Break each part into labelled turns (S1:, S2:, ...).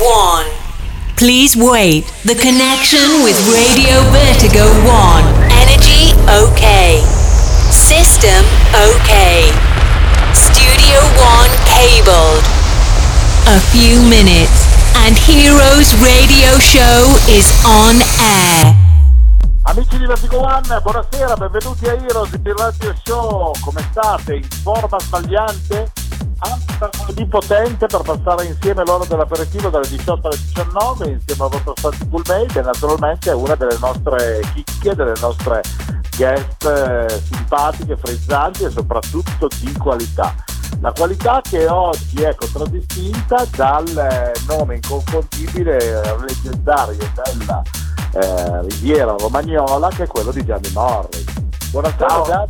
S1: 1. Please wait. The connection with Radio Vertigo 1. Energy okay. System okay. Studio 1 cabled. A few minutes and Heroes Radio Show is on air.
S2: Amici di Vertigo One, buonasera, benvenuti a Heroes, il Radio Show. Come state? In forma sbagliante? Anzi, per lunedì potente per passare insieme l'ora dell'aperitivo dalle 18 alle 19 insieme al vostro Santi Pullmate e naturalmente una delle nostre chicche, delle nostre guest simpatiche, frizzanti e soprattutto di qualità. La qualità che oggi è contraddistinta dal nome inconfondibile, leggendario della Riviera Romagnola, che è quello di Gianni Morri. Buonasera Gianni.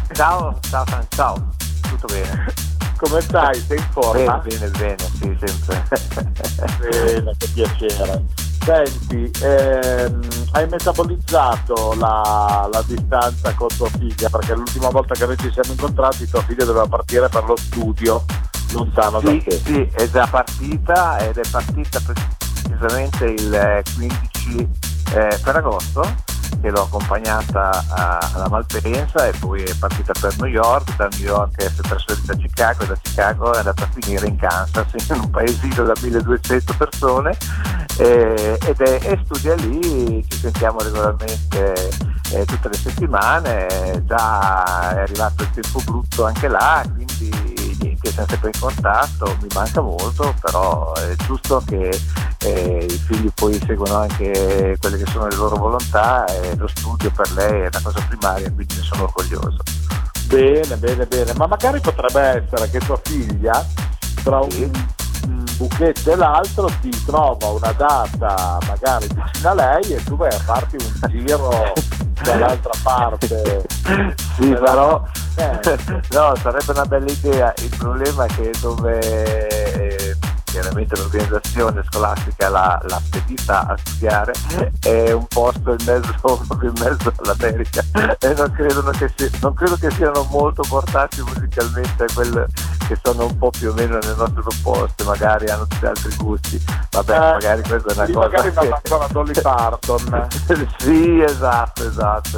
S3: Ciao, tutto bene?
S2: Come stai? Sei in forma?
S3: Bene, sì, sempre.
S2: Bene, che piacere. Senti, hai metabolizzato la distanza con tua figlia, perché l'ultima volta che noi ci siamo incontrati tua figlia doveva partire per lo studio lontano da te.
S3: Sì, è già partita ed è partita precisamente il 15 Ferragosto, che l'ho accompagnata alla Malpensa e poi è partita per New York. Da New York si è trasferita a Chicago e da Chicago è andata a finire in Kansas, in un paesino da 1200 persone e studia lì. Ci sentiamo regolarmente tutte le settimane. Già è arrivato il tempo brutto anche là, quindi niente, siamo sempre in contatto. Mi manca molto, però è giusto che i figli poi seguono anche quelle che sono le loro volontà e lo studio per lei è una cosa primaria, quindi ne sono orgoglioso.
S2: Bene, ma magari potrebbe essere che tua figlia tra un buchetto e l'altro ti trova una data magari vicino a lei e tu vai a farti un giro dall'altra parte.
S3: Sì, però no, sarebbe una bella idea. Il problema è che dove chiaramente l'organizzazione scolastica l'ha spedita a studiare è un posto proprio in mezzo all'America e non credo che siano molto portati musicalmente a quelle che sono un po' più o meno nel nostro posto, magari hanno tutti altri gusti. Vabbè, magari questa è una cosa
S2: magari che... ancora Dolly Parton.
S3: Sì, esatto.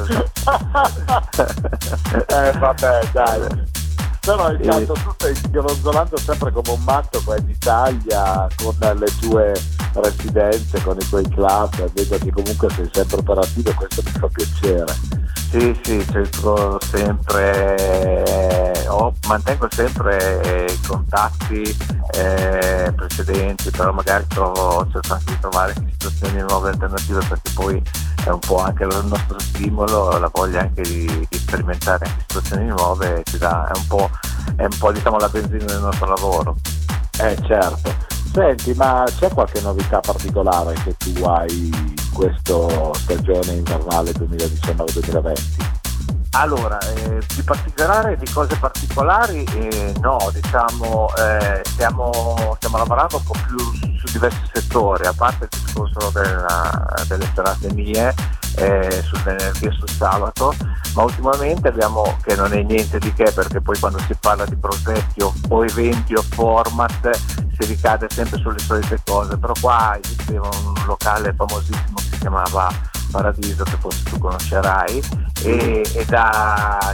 S2: Vabbè, dai. Però intanto tu stai ronzolando sempre come un matto qua in Italia con le tue residenze, con i tuoi club, vedo che comunque sei sempre operativo e questo mi fa piacere.
S3: Sì, cerco sempre, mantengo sempre i contatti precedenti, però magari cerco anche di trovare situazioni nuove, alternative, perché poi è un po' anche il nostro stimolo, la voglia anche di sperimentare anche situazioni nuove, ci dà, è un po' diciamo la benzina del nostro lavoro.
S2: Certo. Senti, ma c'è qualche novità particolare che tu hai in questa stagione invernale 2019-2020?
S3: Allora, di particolare, di cose particolari no, diciamo stiamo lavorando un po' più su diversi settori, a parte il discorso delle serate mie sul venerdì e sul sabato, ma ultimamente abbiamo, che non è niente di che, perché poi quando si parla di progetti o eventi o format si ricade sempre sulle solite cose, però qua esisteva un locale famosissimo che si chiamava Paradiso, che forse tu conoscerai, e da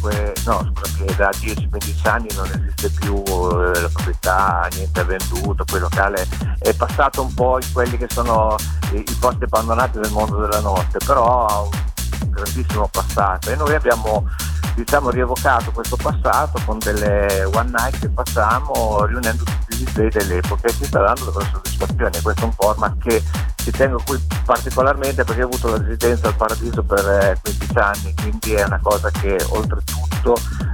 S3: 10-15 anni non esiste più la proprietà, niente è venduto, poi il locale è passato un po' in quelli che sono i posti abbandonati del mondo della notte, però ha un grandissimo passato e noi abbiamo rievocato questo passato con delle one night che facciamo riunendo tutti gli DJ dell'epoca e ci sta dando delle soddisfazioni. Questo è un format che ci tengo qui particolarmente perché ho avuto la residenza al Paradiso per 15 anni, quindi è una cosa che oltretutto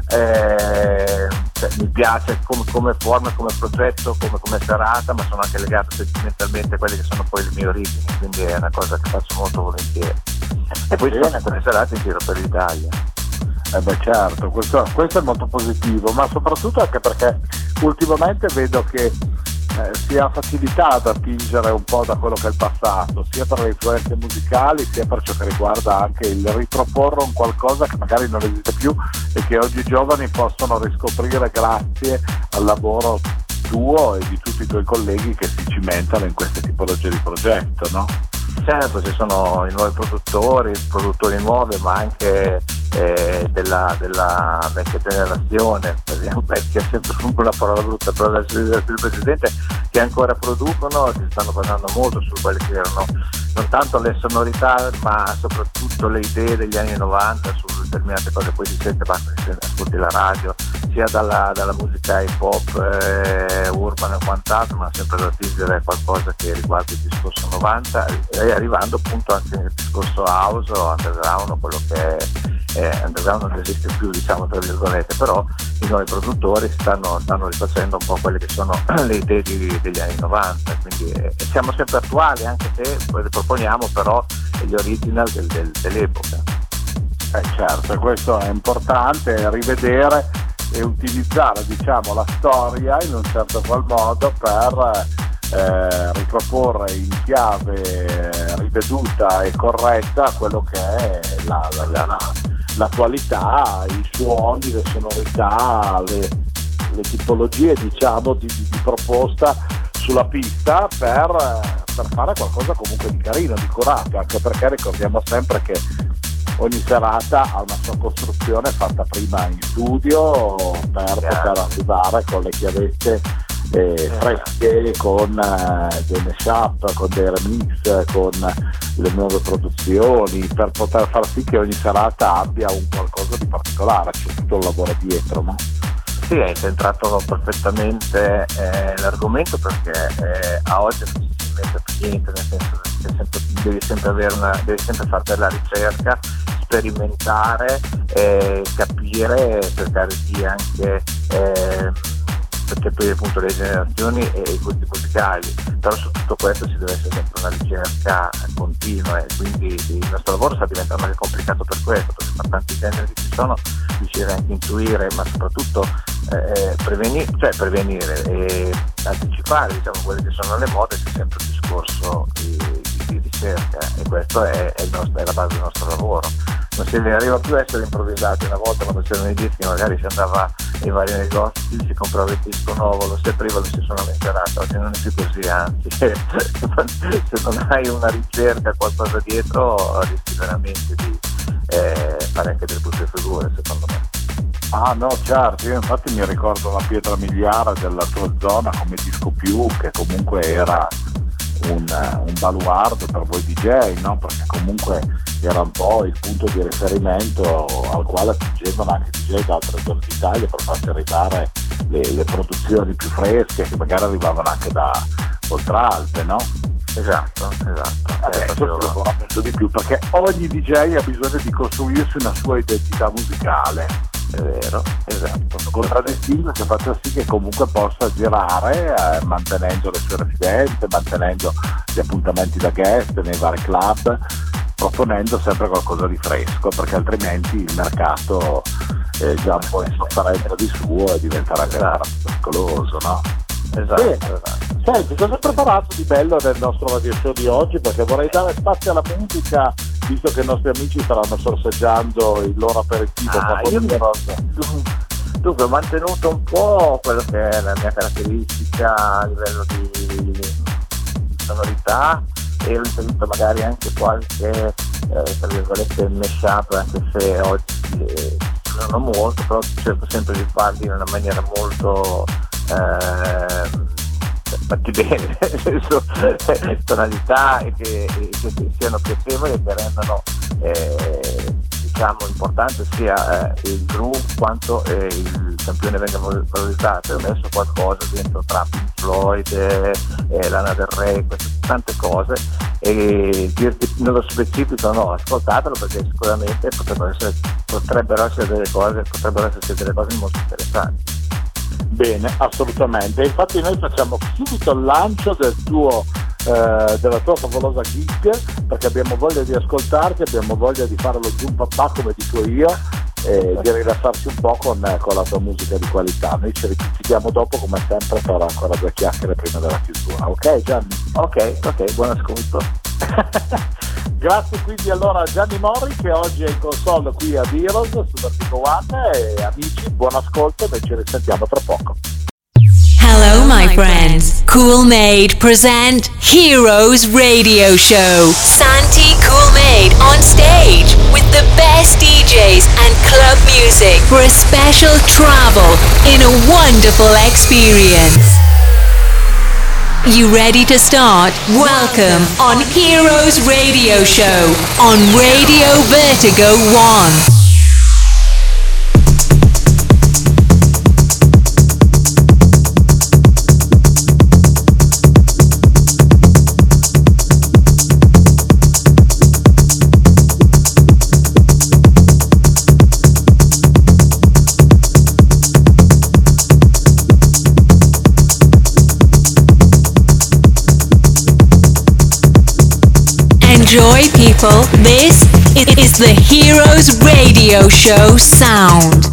S3: mi piace come forma, come progetto, come serata, ma sono anche legato sentimentalmente a quelle che sono poi le mie origini, quindi è una cosa che faccio molto volentieri. E poi ci sono alcune serate in giro per l'Italia.
S2: Certo, questo è molto positivo, ma soprattutto anche perché ultimamente vedo che si ha facilità ad attingere un po' da quello che è il passato, sia per le influenze musicali, sia per ciò che riguarda anche il riproporre un qualcosa che magari non esiste più e che oggi i giovani possono riscoprire grazie al lavoro tuo e di tutti i tuoi colleghi che si cimentano in queste tipologie di progetto, no?
S3: Certo, ci sono i nuovi produttori nuovi, ma anche della vecchia generazione, vecchia è sempre una parola brutta, però adesso il presidente, che ancora producono, si stanno basando molto su quelle che erano non tanto le sonorità ma soprattutto le idee degli anni 90 su determinate cose. Poi si sente, basta che ascolti la radio, sia dalla musica hip hop, urban e quant'altro, ma sempre da attingere qualcosa che riguarda il discorso 90 e arrivando appunto anche nel discorso house o underground, o quello che è underground non esiste più, diciamo tra virgolette, però i nuovi produttori stanno rifacendo un po' quelle che sono le idee degli anni 90, quindi siamo sempre attuali, anche se poi proponiamo però gli original dell'epoca.
S2: Certo, questo è importante, rivedere e utilizzare, diciamo, la storia in un certo qual modo per riproporre in chiave riveduta e corretta quello che è l'attualità, i suoni, le sonorità, le tipologie, diciamo, di proposta sulla pista per fare qualcosa comunque di carino, di curato, anche perché ricordiamo sempre che ogni serata ha una sua costruzione fatta prima in studio per poter arrivare con le chiavette fresche, con dei mashup, con dei remix, con le nuove produzioni, per poter far sì che ogni serata abbia un qualcosa di particolare. C'è tutto un lavoro dietro, no?
S3: Sì, hai centrato perfettamente l'argomento, perché a oggi non si mette più niente, nel senso che devi sempre fare della ricerca, sperimentare, capire, cercare di anche capire appunto le generazioni e i gusti musicali, però su tutto questo ci deve essere sempre una ricerca continua, e quindi il nostro lavoro sta diventando anche complicato per questo, perché per tanti generi che ci sono riuscire anche a intuire, ma soprattutto prevenire e anticipare, diciamo, quelle che sono le mode. C'è sempre un discorso di ricerca, e questo è la base del nostro lavoro. Non si arriva più a essere improvvisati. Una volta, quando c'erano i dischi, magari si andava ai vari negozi, si comprava il disco nuovo, lo si apriva, lo si suonava in serata. Oggi non è più così, anzi se non hai una ricerca, qualcosa dietro, rischi veramente di fare anche delle brutte figure, secondo me.
S2: Ah no, certo, io infatti mi ricordo la pietra miliare della tua zona come disco più, che comunque era un baluardo per voi DJ, no? Perché comunque era un po' il punto di riferimento al quale attingevano anche DJ da altre zone d'Italia per farsi arrivare le produzioni più fresche, che magari arrivavano anche da Oltralpe, no?
S3: Esatto.
S2: Adesso si lavora molto di più, perché ogni DJ ha bisogno di costruirsi una sua identità musicale.
S3: È vero, esatto.
S2: Contraddistingue, che faccia sì che comunque possa girare mantenendo le sue residenze, mantenendo gli appuntamenti da guest nei vari club, proponendo sempre qualcosa di fresco, perché altrimenti il mercato è già un po' in sofferenza di suo e diventerà pericoloso, no?
S3: Esatto.
S2: Senti, cosa hai preparato di bello nel nostro radio show di oggi? Perché vorrei dare spazio alla musica, visto che i nostri amici staranno sorseggiando il loro aperitivo.
S3: Dunque ho mantenuto un po' quello che è la mia caratteristica a livello di sonorità, e ho inserito magari anche qualche tra virgolette mashup, anche se oggi non molto, però cerco sempre di farli in una maniera molto fatti bene, nel senso tonalità e che siano piacevoli e che rendano diciamo importante sia il groove quanto il campione venga valorizzato. Ho messo qualcosa dentro tra Pink Floyd, Lana Del Rey, tante cose, e dirti nello specifico no, ascoltatelo, perché sicuramente potrebbero esserci delle cose molto interessanti.
S2: Bene, assolutamente. Infatti noi facciamo subito il lancio della tua favolosa gig, perché abbiamo voglia di ascoltarti, abbiamo voglia di fare lo zoom papà come dico io, e di rilassarci un po' con la tua musica di qualità. Noi ci ripetiamo dopo come sempre per ancora 2 chiacchiere prima della chiusura. Ok Gianni?
S3: Ok, buon ascolto.
S2: Grazie quindi allora a Gianni Mori, che oggi è in console qui a Heroes su Vertigo One, e amici buon ascolto e noi ci risentiamo tra poco.
S1: Hello, my friends. Cool-Made present Heroes Radio Show. Santi Cool-Made on stage with the best DJs and club music for a special travel in a wonderful experience. You ready to start? Welcome on Heroes Radio Show on Radio Vertigo 1. Enjoy, people. This is the Heroes Radio Show sound.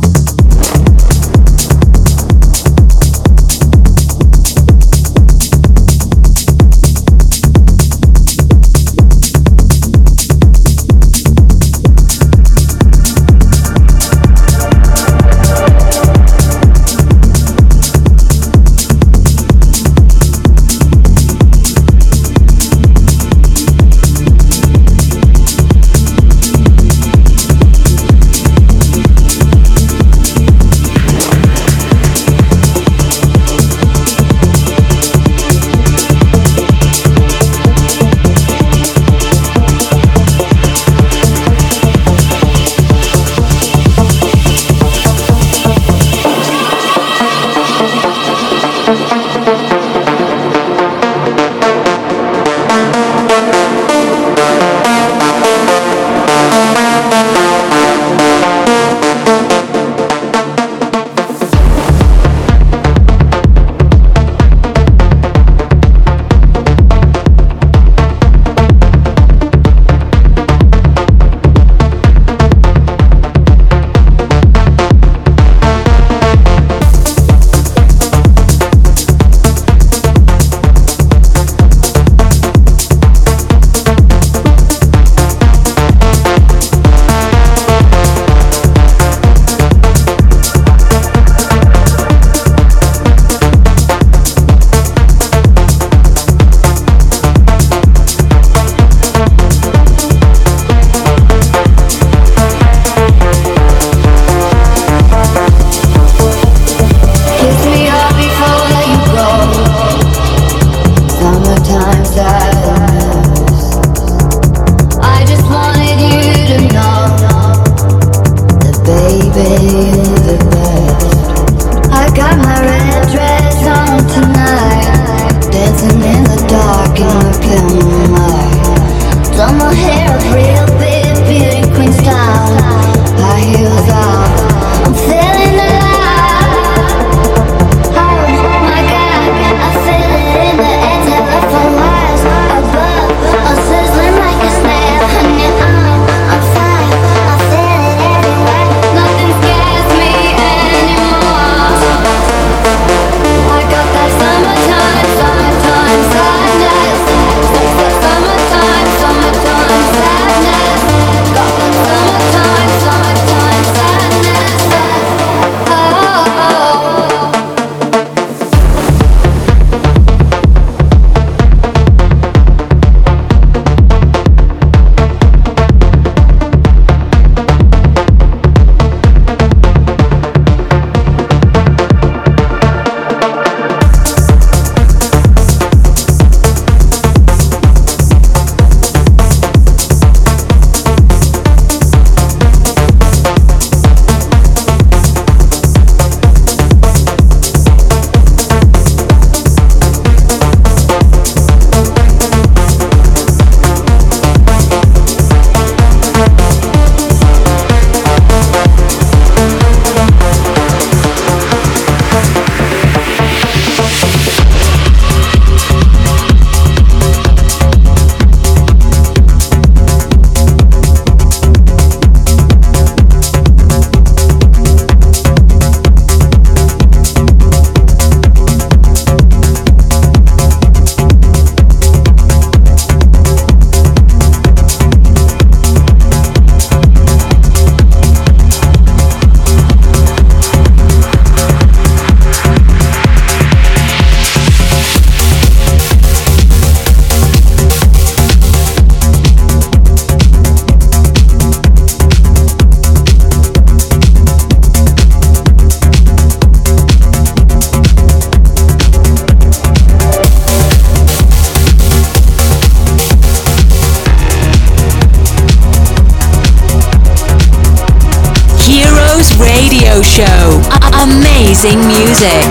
S1: amazing music.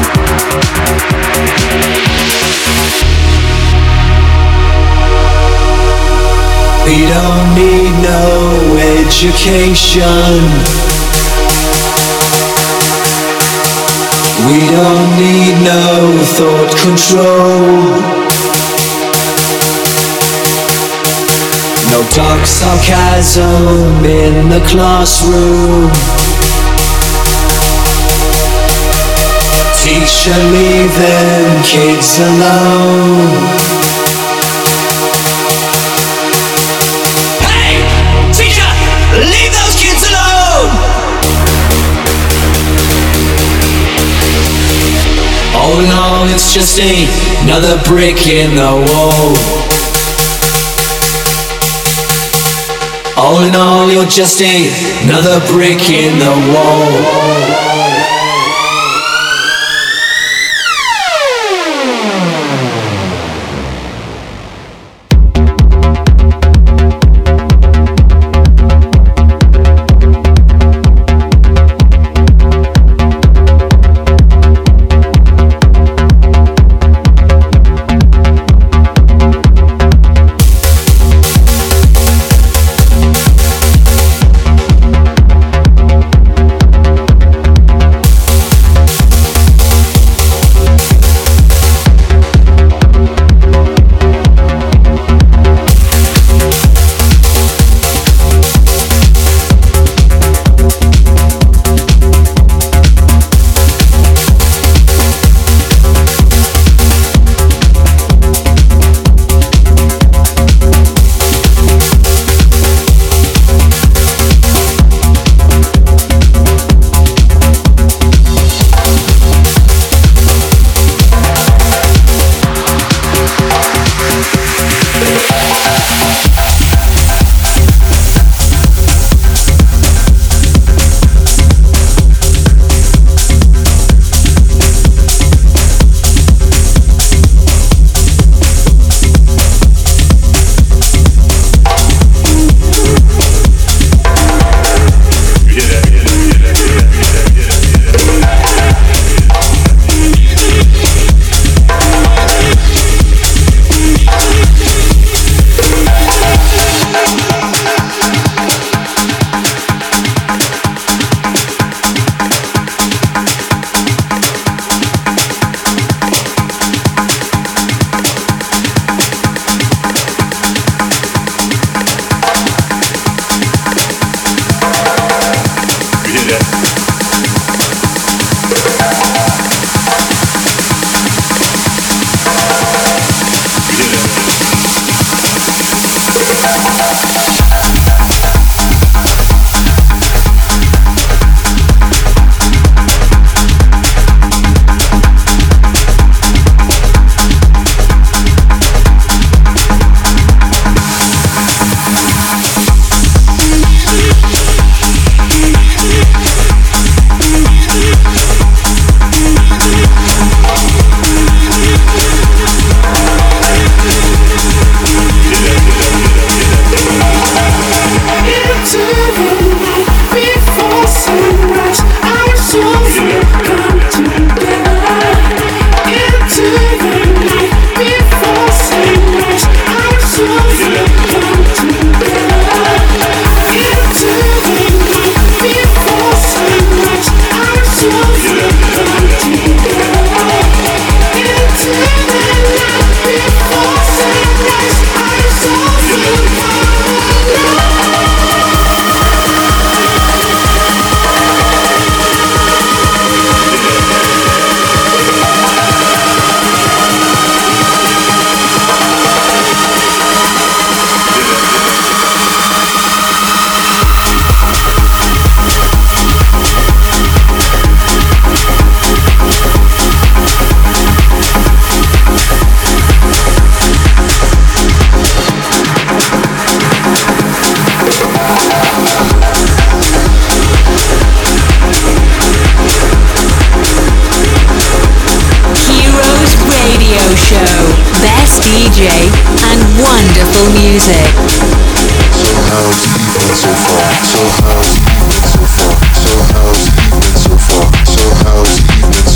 S4: We don't need no education. We don't need no thought control. No dark sarcasm in the classroom. Teacher, leave them kids alone.
S5: Leave those kids alone!
S4: All in all, it's just another brick in the wall. All in all, you're just another brick in the wall.
S1: DJ and wonderful music.
S6: So how's the evening so far? So how's the evening so far? So how's the evening so far? So how's the evening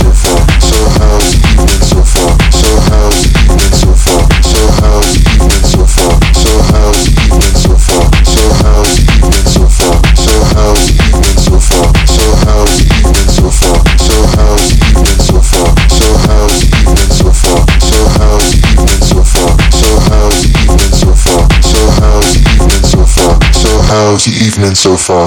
S6: how's your evening so far?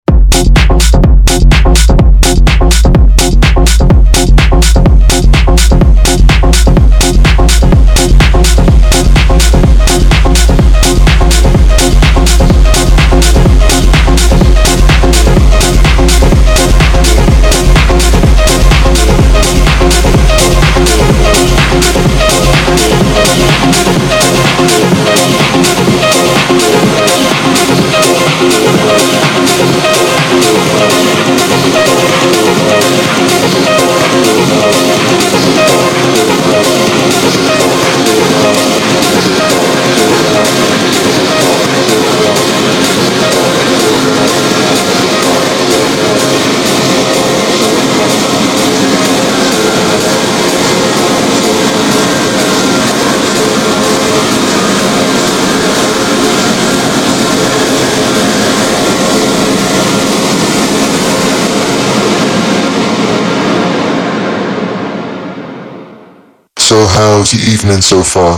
S6: So how's your evening so far?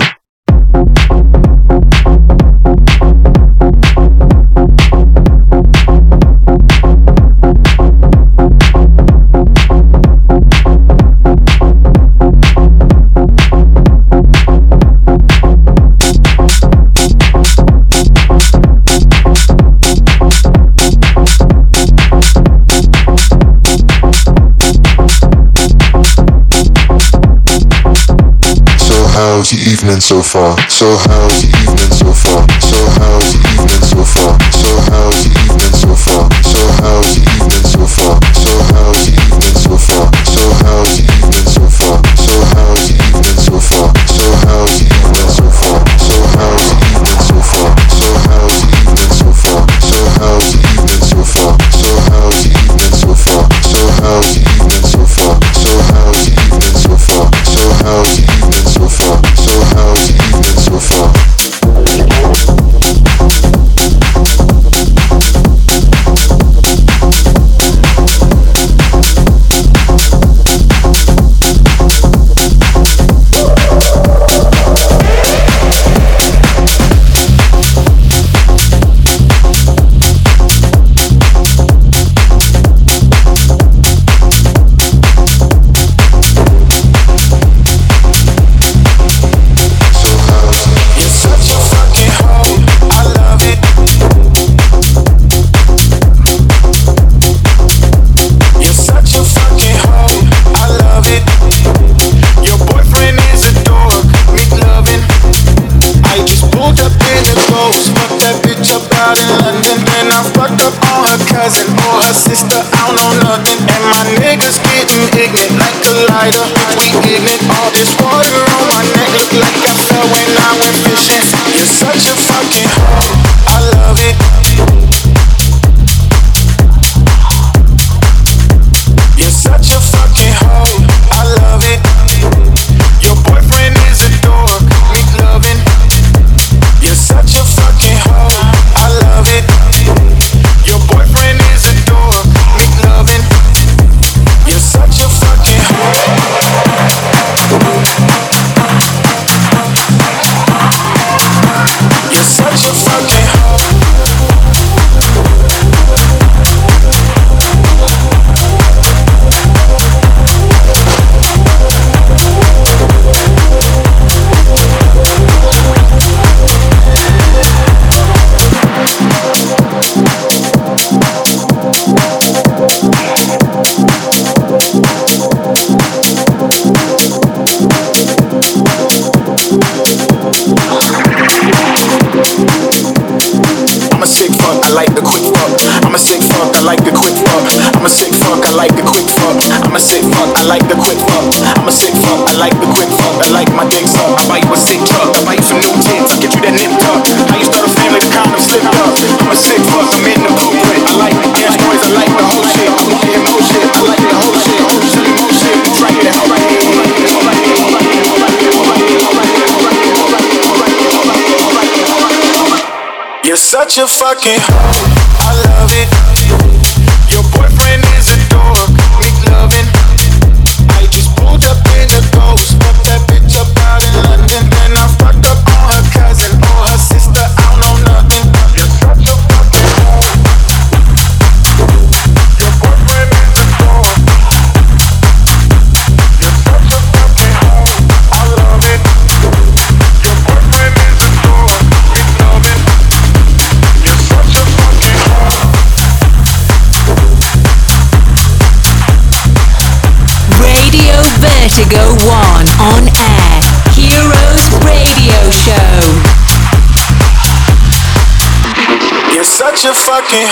S6: How's your evening so far? So how's your evening so far? So how's your evening so far? So how's your evening so far? So how's your evening so far? So how's your evening so far? So how's your evening so far? So how's your evening so far? So how's your evening so far? So how's your evening so far? So how's your evening so far? So how's your evening so far? So how's your evening so far? So how's your evening so far? So how's your evening so far? So how's your evening so far? So how's your evening so far?
S7: Such a fucking hoe, I love it. Your boyfriend is a dork, make loving. I just pulled up in the Ghost, fucked that bitch up out in London. Then I fucked up on her cousin or her sister, I don't know nothing. You're such a fucking hoe.
S1: On air, Heroes Radio Show.
S7: You're such a fucking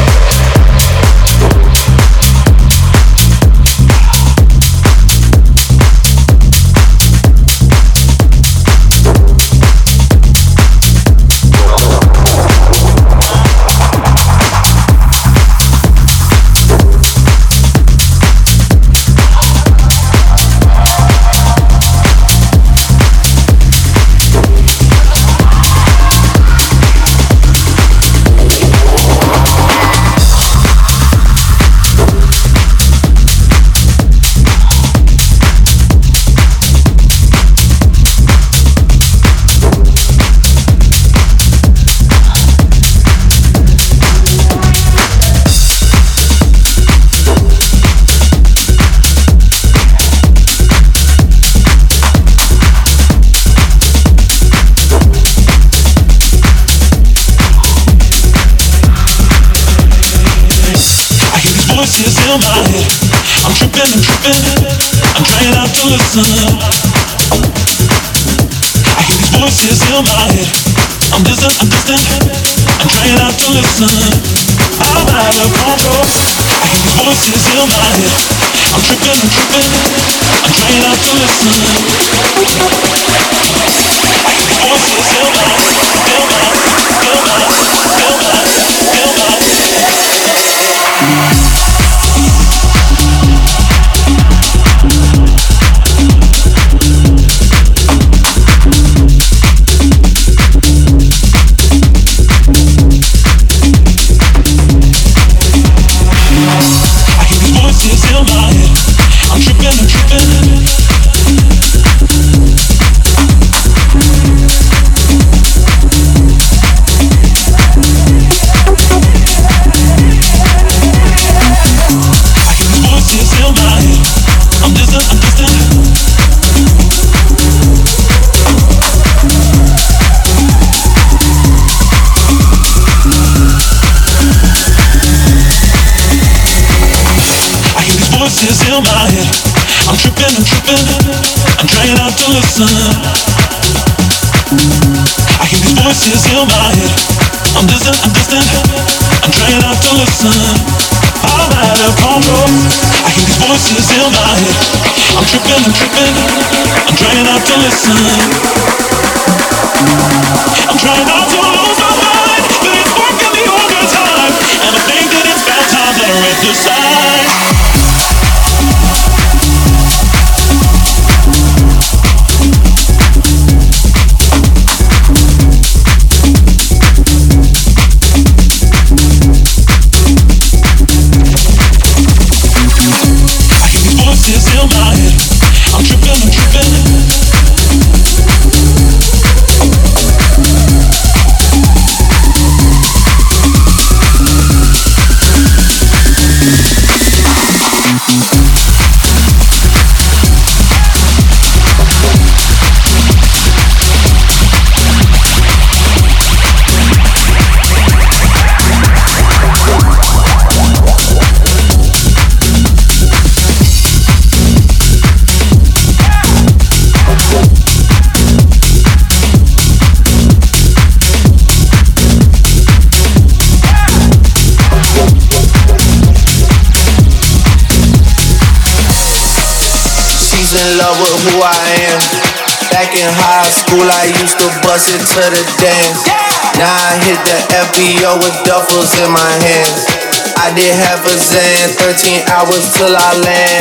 S8: who I am. Back in high school, I used to bust it to the dance. Now I hit the FBO with duffels in my hands. I did half a Zan, 13 hours till I land.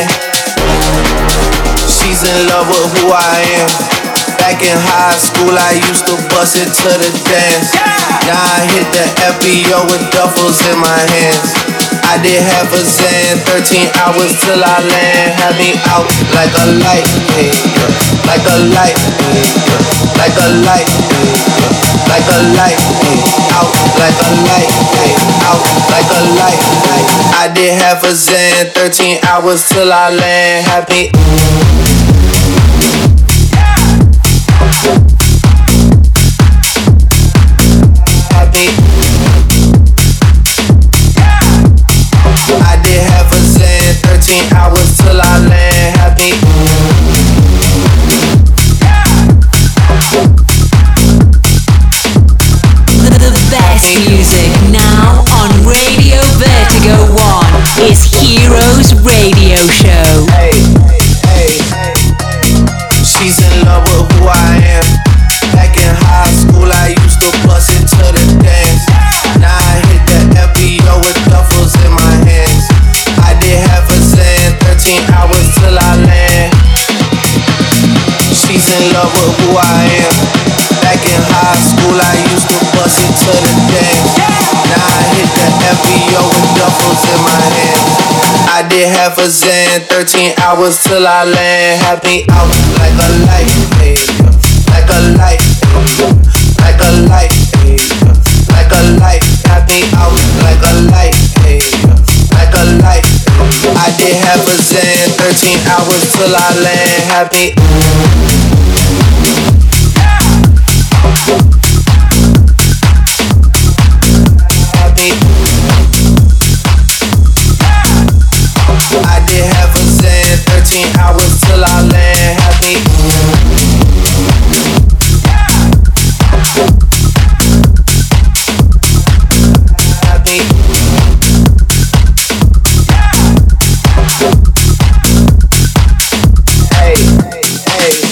S8: She's in love with who I am. Back in high school, I used to bust it to the dance. Now I hit the FBO with duffels in my hands. I did half a Zan, 13 hours till I land. Had me out like a light, hey, like a light, hey, like a light, hey, like a light, hey, out like a light, hey, out like a light, hey. I did half a Zan, 13 hours till I land. Had me. I did half a Zan, 13 hours till I land. Happy. I am. Back in high school, I used to bust it to the dance. Now I hit the FBO with duffels in my hands. I did half a Zan, 13 hours till I land. Had me out like a light, hey, like a light, like a light, hey, like a light. Had me out like a light, hey, like a light. I did half a Zan, 13 hours till I land. Had me. I did half a Zan, 13 hours till I land. Happy. Happy. Hey, hey, hey.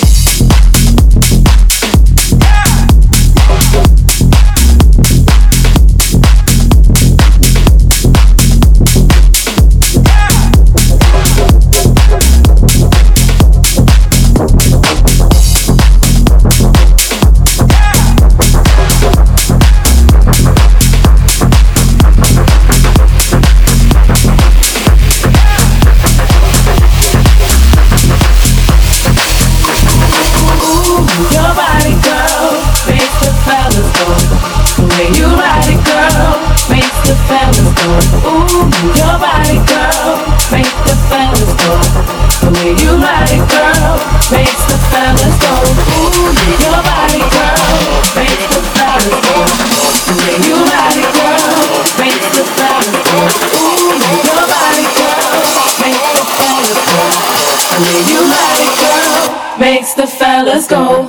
S9: Makes the fellas go.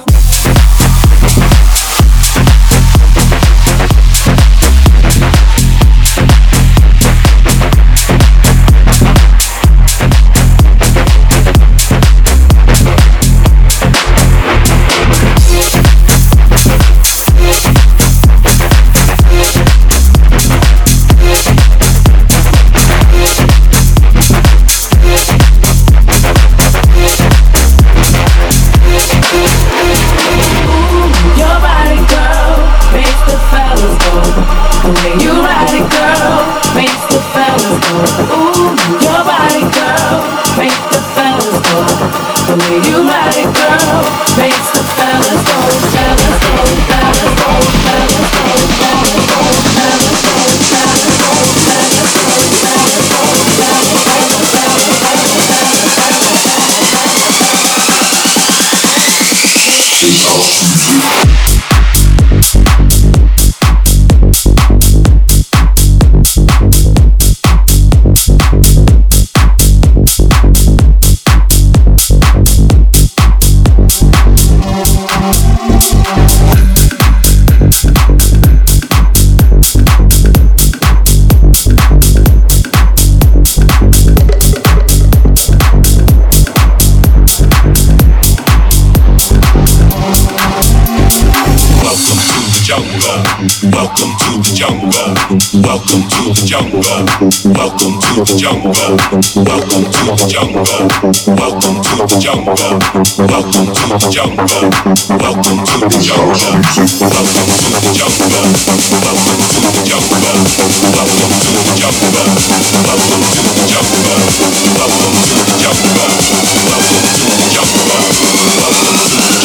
S10: Welcome to the jungle. Welcome to the jungle. Welcome to the jungle. Welcome to the jungle. Welcome to the jungle. Welcome to the jungle. Welcome to the jungle. Welcome to the jungle. Welcome to the jungle. Welcome to the jungle. Welcome to the jungle. Welcome to the jungle. Welcome to the jungle. Welcome to the jungle. Welcome to the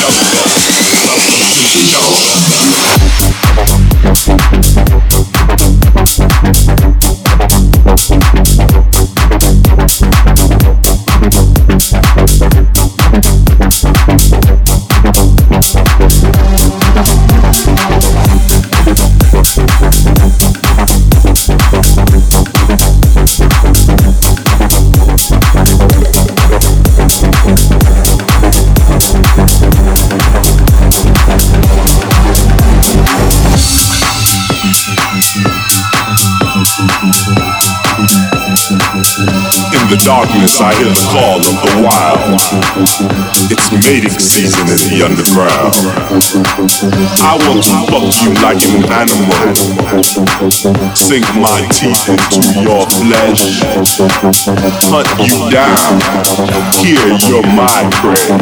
S10: the darkness I hear the call of the wild. It's mating season in the underground. I want to fuck you like an animal, sink my teeth into your flesh, hunt you down, here you're my prey.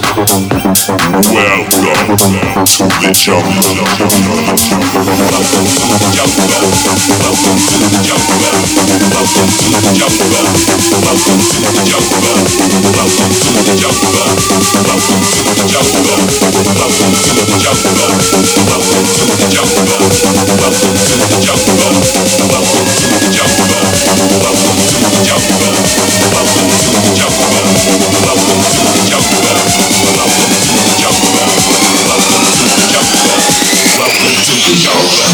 S10: Welcome to the jungle. Welcome to the jungle. Welcome to the jungle. Welcome to the jungle. Welcome to the jungle. Welcome to the jungle. Welcome to the jungle. Welcome to the jungle. Welcome to the jungle. Welcome to the jungle. Welcome to the jungle. Welcome to the jungle. Welcome to the jungle. Welcome to the jungle. Welcome to the jungle. Welcome to the jungle. Welcome to the jungle.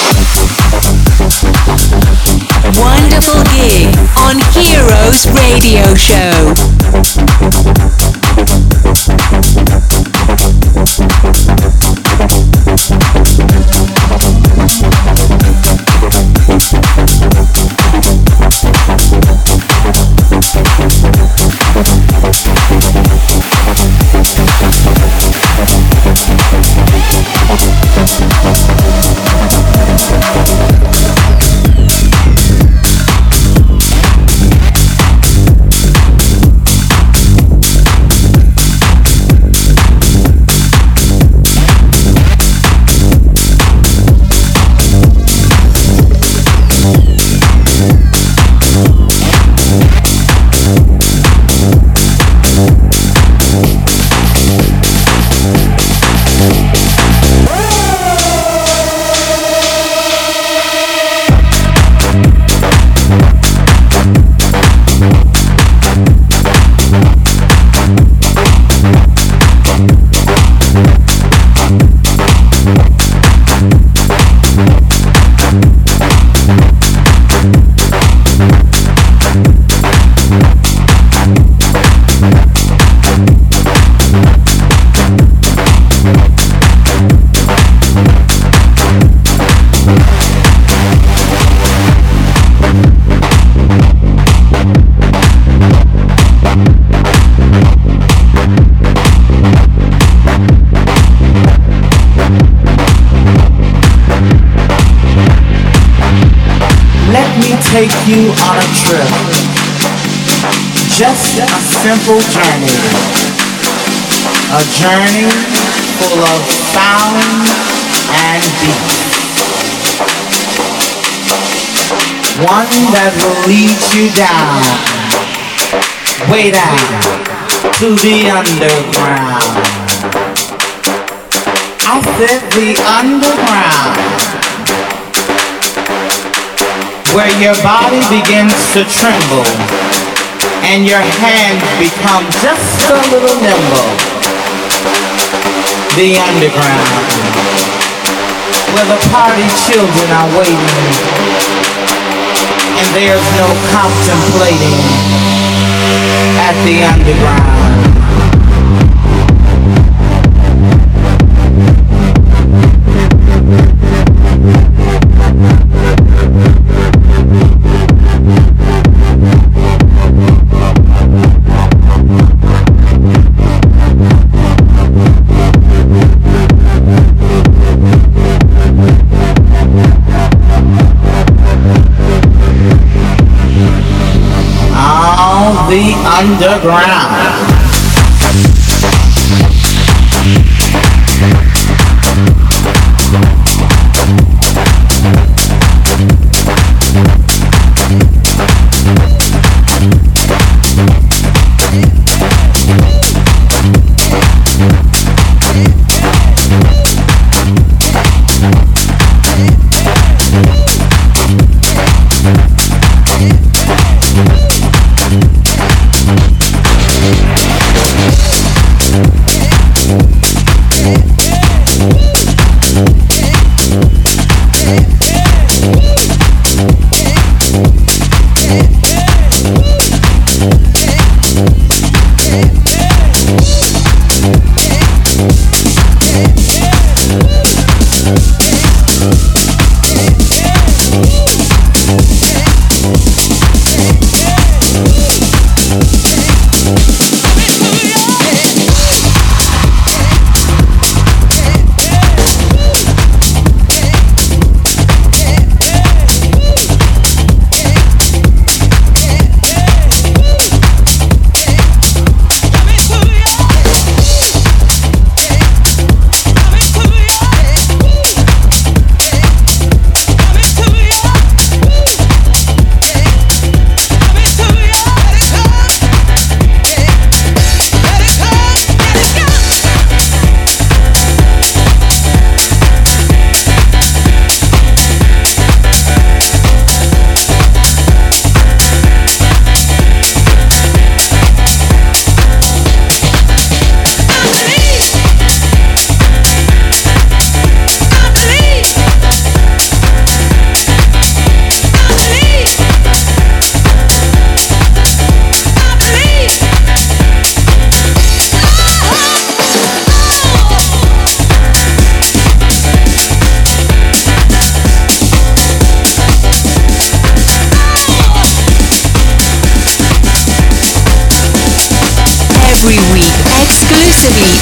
S1: Wonderful gig on Heroes Radio Show.
S11: Take you on a trip, just a simple journey, a journey full of sound and beat, one that will lead you down, way down to the underground. I said the underground, where your body begins to tremble and your hands become just a little nimble. The underground, where the party children are waiting and there's no contemplating at the underground. The underground.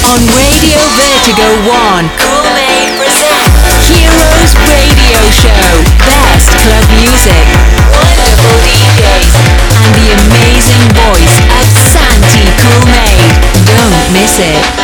S1: On Radio Vertigo 1, Cool-Made presents Heroes Radio Show. Best club music, wonderful DJs, and the amazing voice of Santi Cool-Made. Don't miss it.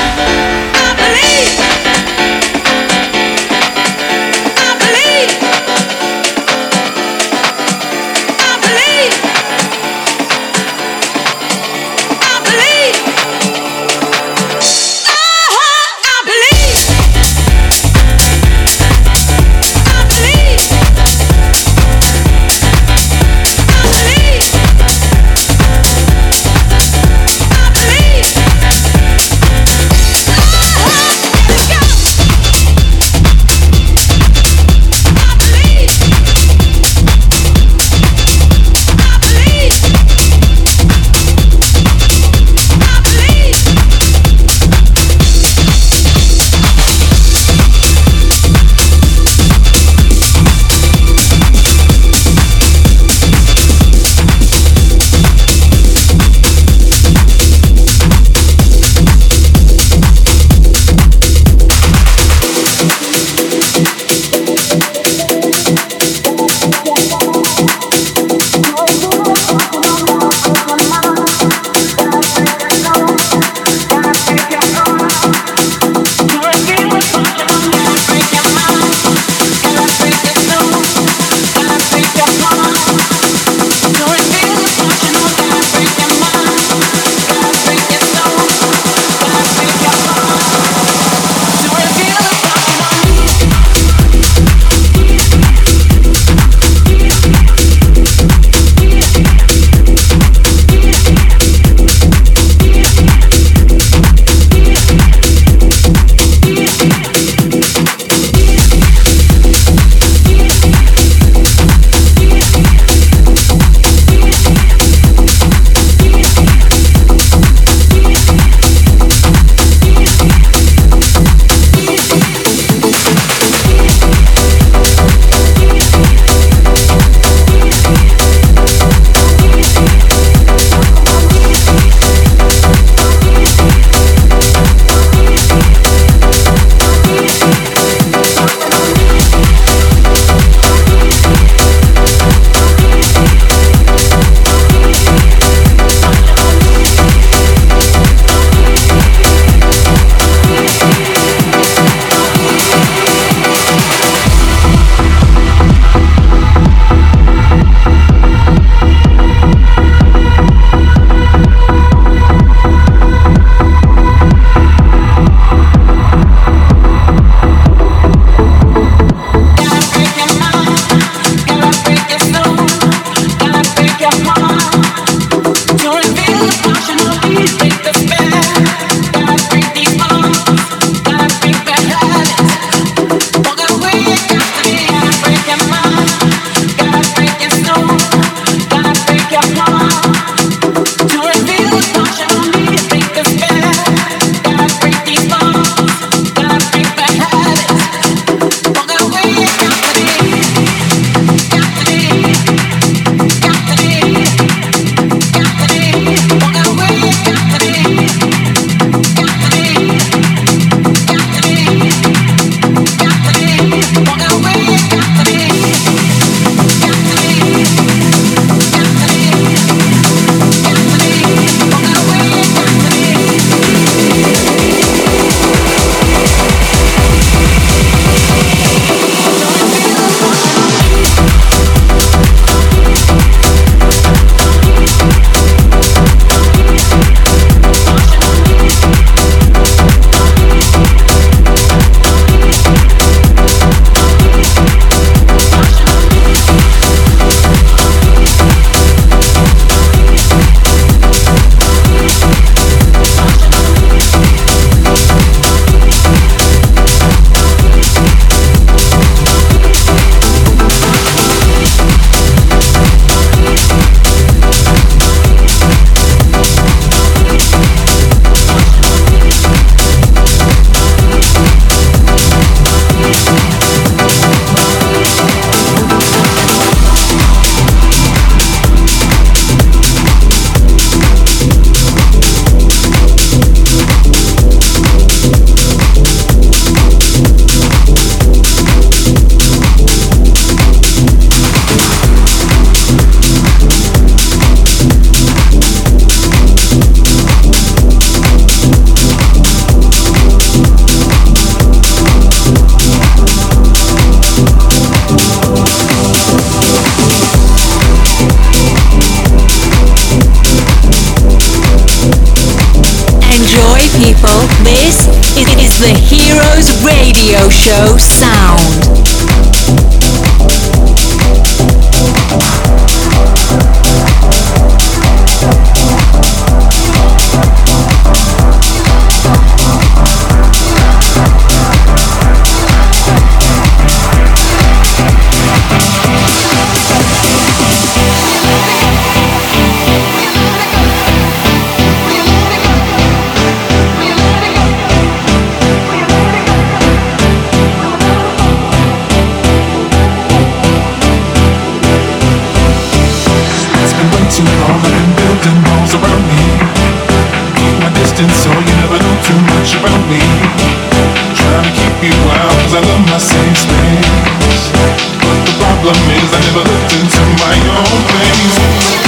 S1: Heroes Radio Show sound.
S10: Too long I've been building walls around me. Keep my distance so you never know too much about me. Trying to keep you out cause I love my safe space. But the problem is I never looked into my own face.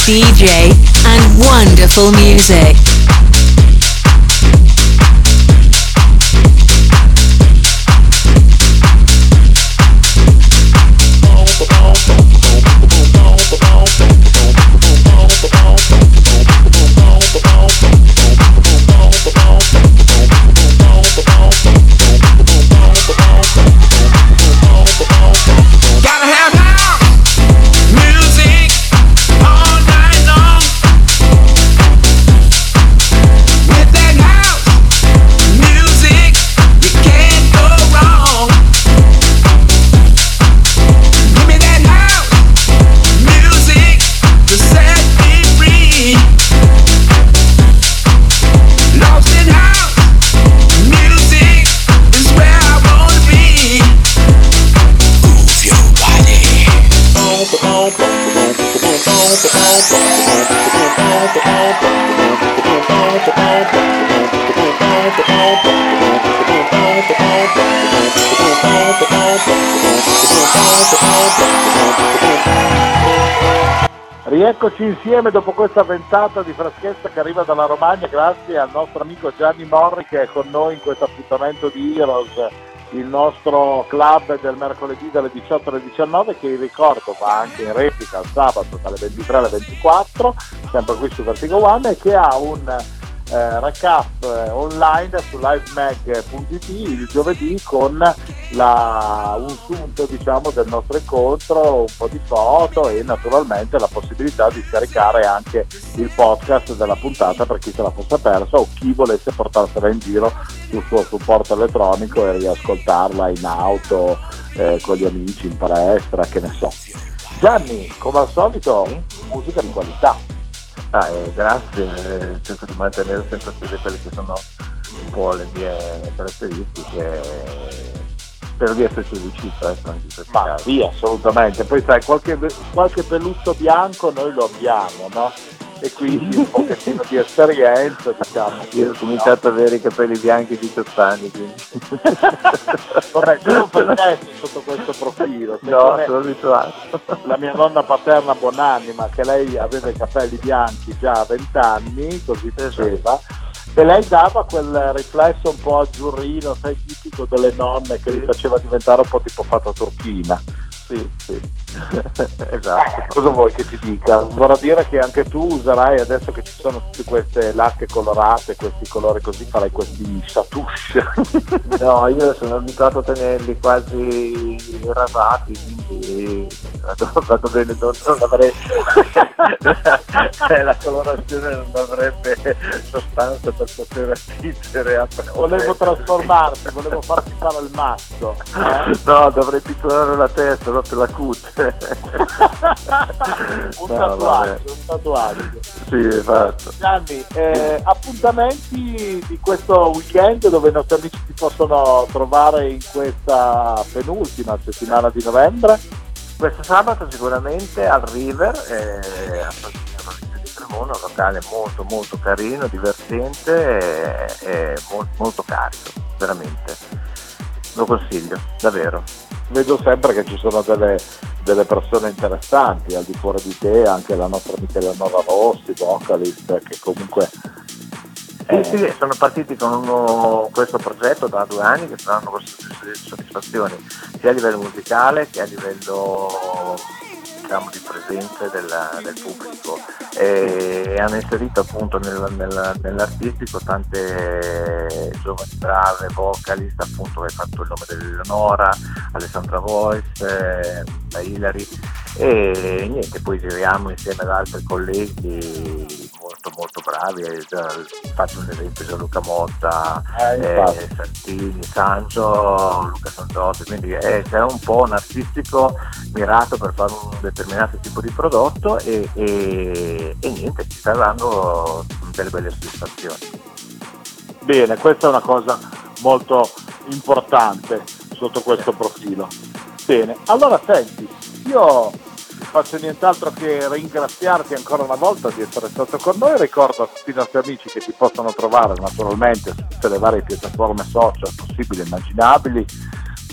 S1: DJ and wonderful music.
S2: Rieccoci insieme dopo questa ventata di freschezza che arriva dalla Romagna, grazie al nostro amico Gianni Morri che è con noi in questo appuntamento di Heroes, il nostro club del mercoledì dalle 18 alle 19, che ricordo va anche in replica il sabato dalle 23 alle 24, sempre qui su Vertigo One, e che ha un recap online su livemag.it il giovedì con un sunto, diciamo, del nostro incontro, un po' di foto e naturalmente la possibilità di scaricare anche il podcast della puntata per chi se la fosse persa o chi volesse portarsela in giro sul suo supporto elettronico e riascoltarla in auto, con gli amici, in palestra, che ne so. Gianni, come al solito, musica di qualità.
S3: Grazie, cerco di mantenere sempre quelle che sono un po' le mie caratteristiche, spero di esserci riuscito anche in questo caso.
S2: Sì, assolutamente, poi sai, qualche peluzzo bianco noi lo abbiamo, no? E quindi un pochettino di esperienza, diciamo.
S3: Io ho cominciato ad avere i capelli bianchi a 18 anni, quindi.
S2: Vabbè, tu non faresti sotto questo profilo.
S3: No, sono abituato.
S2: La mia nonna paterna buonanima, che lei aveva i capelli bianchi già a 20 anni, così diceva, e lei dava quel riflesso un po' azzurrino, sai, tipico delle nonne, che li faceva diventare un po' tipo fata turchina.
S3: Sì. Esatto.
S2: Cosa vuoi che ti dica? Vorrà dire che anche tu userai, adesso che ci sono tutte queste lacche colorate, questi colori così, farai questi chatouche.
S3: No, io sono abituato a tenerli quasi rasati, quindi vado bene, non avrei la colorazione non avrebbe sostanza per poter attingere a
S2: volevo trasformarti, volevo farti fare il mazzo.
S3: No, dovrei pitturare la testa, non per la cute.
S2: un tatuaggio.
S3: Sì, esatto.
S2: Gianni, appuntamenti di questo weekend dove i nostri amici ti possono trovare in questa penultima settimana di novembre?
S3: Questo sabato sicuramente al River, a provincia di Cremona, un locale molto molto carino, divertente e molto carico, veramente. Lo consiglio, davvero.
S2: Vedo sempre che ci sono delle persone interessanti al di fuori di te, anche la nostra amica Eleonora Rossi, vocalist, che comunque
S3: sì, sono partiti con questo progetto da 2 anni che saranno soddisfazioni sia a livello musicale che a livello, diciamo, di presenza del pubblico, e hanno inserito appunto nell'artistico tante giovani brave vocalist, appunto, che hai fatto il nome dell'Eleonora, Alessandra Voice, la Hilary, e niente, poi giriamo insieme ad altri colleghi molto bravi, faccio un esempio, Gianluca Motta, Santini, Sancio, Luca Santotti, quindi c'è un po' un artistico mirato per fare un determinato tipo di prodotto e niente, ci saranno delle belle soddisfazioni.
S2: Bene, questa è una cosa molto importante sotto questo profilo. Bene, allora senti, io faccio nient'altro che ringraziarti ancora una volta di essere stato con noi. Ricordo a tutti i nostri amici che ti possono trovare naturalmente su tutte le varie piattaforme social possibili e immaginabili,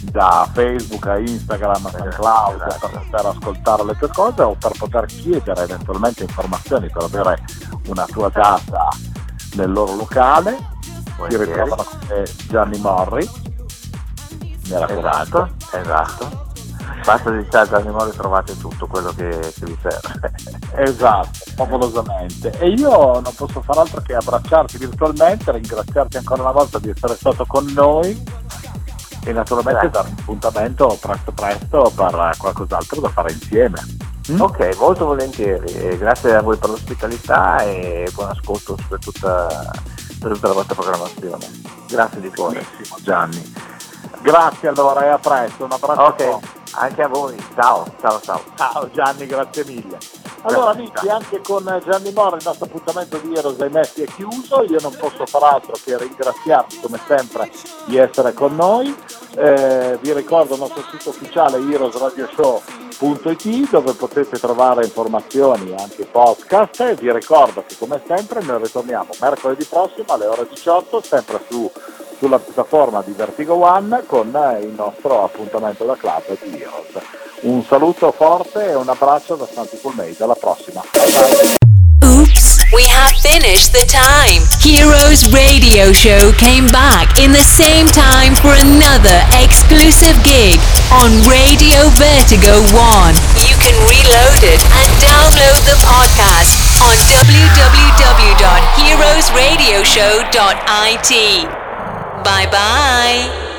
S2: da Facebook a Instagram a SoundCloud per poter ascoltare le tue cose o per poter chiedere eventualmente informazioni per avere una tua data nel loro locale. Ti ricordo Gianni Morri, mi raccomando.
S3: Esatto. Basta digitare Gianni Morri, trovate tutto quello che vi serve.
S2: Esatto, favolosamente. E io non posso far altro che abbracciarti virtualmente, ringraziarti ancora una volta di essere stato con noi e naturalmente dare un appuntamento presto per qualcos'altro da fare insieme.
S3: Ok, molto volentieri, e grazie a voi per l'ospitalità e buon ascolto per tutta la vostra programmazione. Grazie di cuore.
S2: Gianni. Grazie allora e a presto, un abbraccio.
S3: Ok, anche a voi, ciao.
S2: Ciao Gianni, grazie mille. Allora amici, anche con Gianni Morri il nostro appuntamento di Heroes dai Messi è chiuso. Io non posso far altro che ringraziarvi come sempre di essere con noi. Vi ricordo il nostro sito ufficiale heroesradioshow.it, dove potete trovare informazioni e anche podcast, e vi ricordo che come sempre noi ritorniamo mercoledì prossimo alle ore 18 sempre sulla piattaforma di Vertigo One con il nostro appuntamento da club di Heroes. Un saluto forte e un abbraccio da Santi Cool Made, alla prossima.
S1: Oops, we have finished the time. Heroes Radio Show came back in the same time for another exclusive gig on Radio Vertigo One. You can reload it and download the podcast on www.heroesradioshow.it. Bye bye.